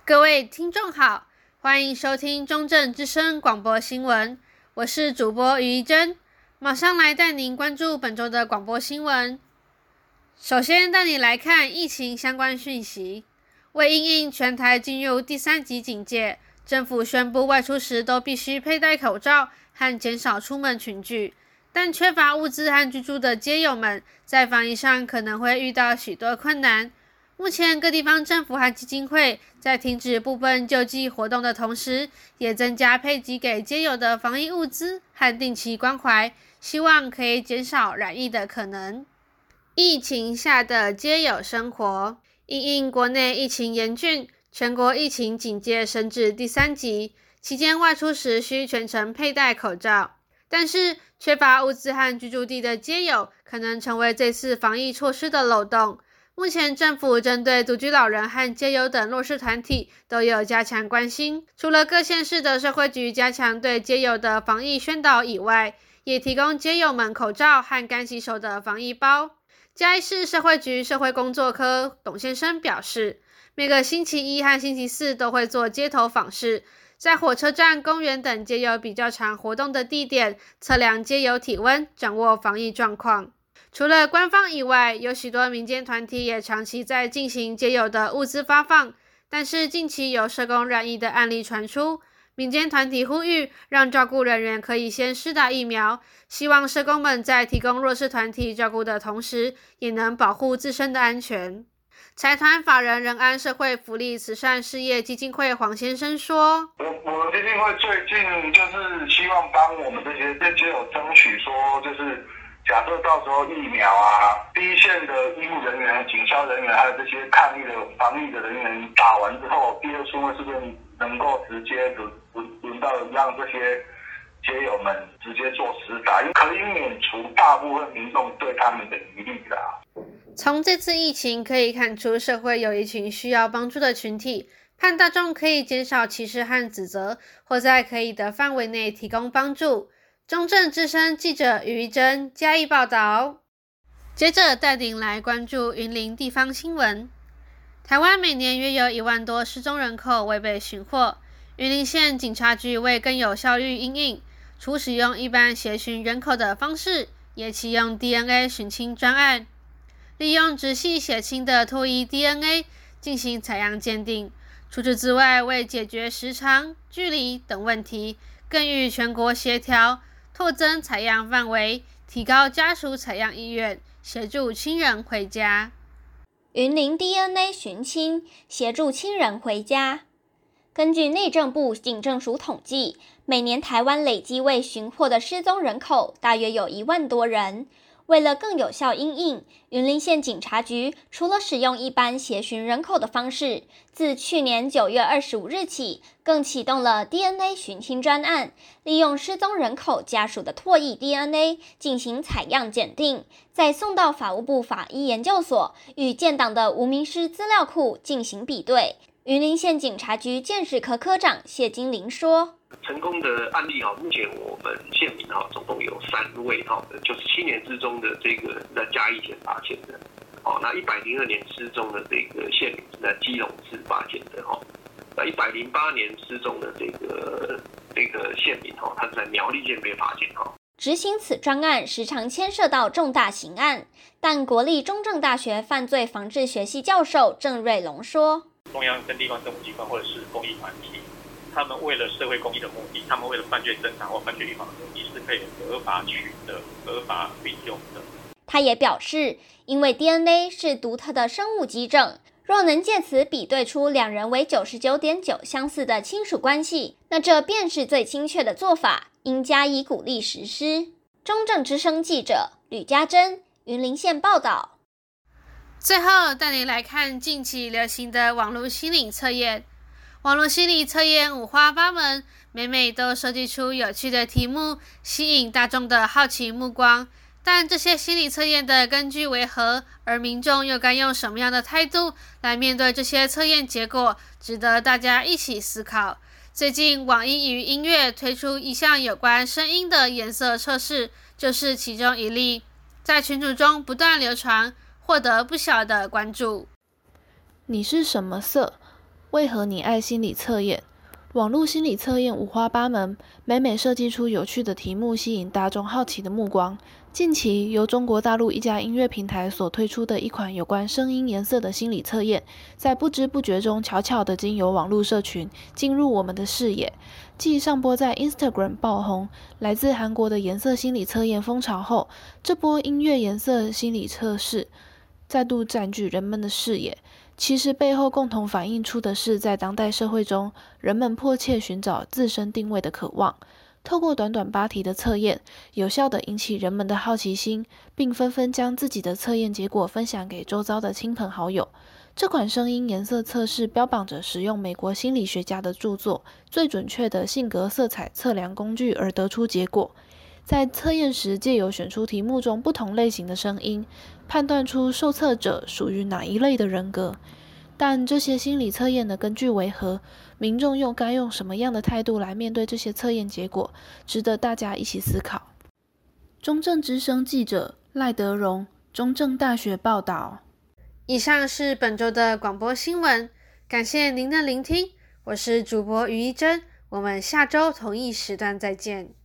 各位听众好，欢迎收听中正之声广播新闻，我是主播于一珍，马上来带您关注本周的广播新闻。首先带你来看疫情相关讯息。为因应全台进入第3级警戒，政府宣布外出时都必须佩戴口罩和减少出门群聚，但缺乏物资和居住的街友们在防疫上可能会遇到许多困难。目前各地方政府和基金会在停止部分救济活动的同时，也增加配给给街友的防疫物资和定期关怀，希望可以减少染疫的可能。疫情下的街友生活，因应国内疫情严峻，全国疫情警戒升至第3级，期间外出时需全程佩戴口罩。但是缺乏物资和居住地的街友可能成为这次防疫措施的漏洞。目前政府针对独居老人和街友等弱势团体都有加强关心，除了各县市的社会局加强对街友的防疫宣导以外，也提供街友们口罩和干洗手的防疫包。嘉义市社会局社会工作科董先生表示，每个星期一和星期四都会做街头访视，在火车站、公园等街友比较常活动的地点测量街友体温，掌握防疫状况。除了官方以外，有许多民间团体也长期在进行街友的物资发放，但是近期有社工染疫的案例传出，民间团体呼吁让照顾人员可以先施打疫苗，希望社工们在提供弱势团体照顾的同时，也能保护自身的安全。财团法人仁安社会福利慈善事业基金会黄先生说， 我们基金会最近就是希望帮我们这些街友争取说，就是假设到时候疫苗啊，第一线的医护人员、警消人员，还有这些抗疫的防疫的人员打完之后，第2顺位是不是能够直接轮到让这些街友们直接做施打，因为可以免除大部分民众对他们的疑虑啦。 从这次疫情可以看出，社会有一群需要帮助的群体，盼大众可以减少歧视和指责，或在可以的范围内提供帮助。中正之声记者于一珍嘉义报道。接着带您来关注云林地方新闻。台湾每年约有1万多失踪人口未被寻获，云林县警察局为更有效率因应，除使用一般协寻人口的方式，也启用 DNA 寻亲专案，利用直系血亲的脱衣 DNA 进行采样鉴定。除此之外，为解决时长、距离等问题，更与全国协调，拓增采样范围，提高家属采样意愿，协助亲人回家。 云林 DNA 寻亲，协助亲人回家。根据内政部警政署统计，每年台湾累积未寻获的失踪人口大约有1万多人。为了更有效因应，云林县警察局除了使用一般协寻人口的方式，自去年9月25日起，更启动了 DNA 寻亲专案，利用失踪人口家属的唾液 DNA 进行采样检定，再送到法务部法医研究所与建档的无名尸资料库进行比对。云林县警察局鉴识科科长谢金玲说， 成功的案例目前我们县民总共有3位97年失踪的这个在嘉义县发现的，那102年失踪的这个县民是在基隆市发现的，那108年失踪的这个县民他是在苗栗县被发现。 执行此专案时常牵涉到重大刑案，但国立中正大学犯罪防治学系教授郑瑞龙说， 中央跟地方政府机关或者是公益团体，他们为了社会公益的目的，他们为了犯罪侦查或犯罪预防的目的，是可以合法取得、合法运用的。 他也表示，因为 DNA 是独特的生物基证，若能借此比对出2人为 99.9% 相似的亲属关系，那这便是最精确的做法，应加以鼓励实施。中正之声记者吕家珍，云林县报道。 最后带您来看近期流行的网络心理测验。网络心理测验五花八门，每每都设计出有趣的题目，吸引大众的好奇目光。但这些心理测验的根据为何，而民众又该用什么样的态度来面对这些测验结果，值得大家一起思考。最近网易云音乐推出一项有关声音的颜色测试，就是其中一例，在群组中不断流传，获得不小的关注。 你是什么色？ 为何你爱心理测验？网络心理测验五花八门，每每设计出有趣的题目，吸引大众好奇的目光。近期，由中国大陆一家音乐平台所推出的一款有关声音颜色的心理测验，在不知不觉中悄悄地经由网络社群进入我们的视野。继上播在 Instagram 爆红，来自韩国的颜色心理测验风潮后，这波音乐颜色心理测试再度占据人们的视野。其实背后共同反映出的是，在当代社会中，人们迫切寻找自身定位的渴望。透过短短8题的测验，有效地引起人们的好奇心，并纷纷将自己的测验结果分享给周遭的亲朋好友。这款声音颜色测试标榜着使用美国心理学家的著作《最准确的性格色彩测量工具》而得出结果。在测验时，借由选出题目中不同类型的声音，判断出受测者属于哪一类的人格。但这些心理测验的根据为何？民众又该用什么样的态度来面对这些测验结果？值得大家一起思考。中正之声记者赖德荣，中正大学报道。 以上是本周的广播新闻，感谢您的聆听，我是主播于一珍，我们下周同一时段再见。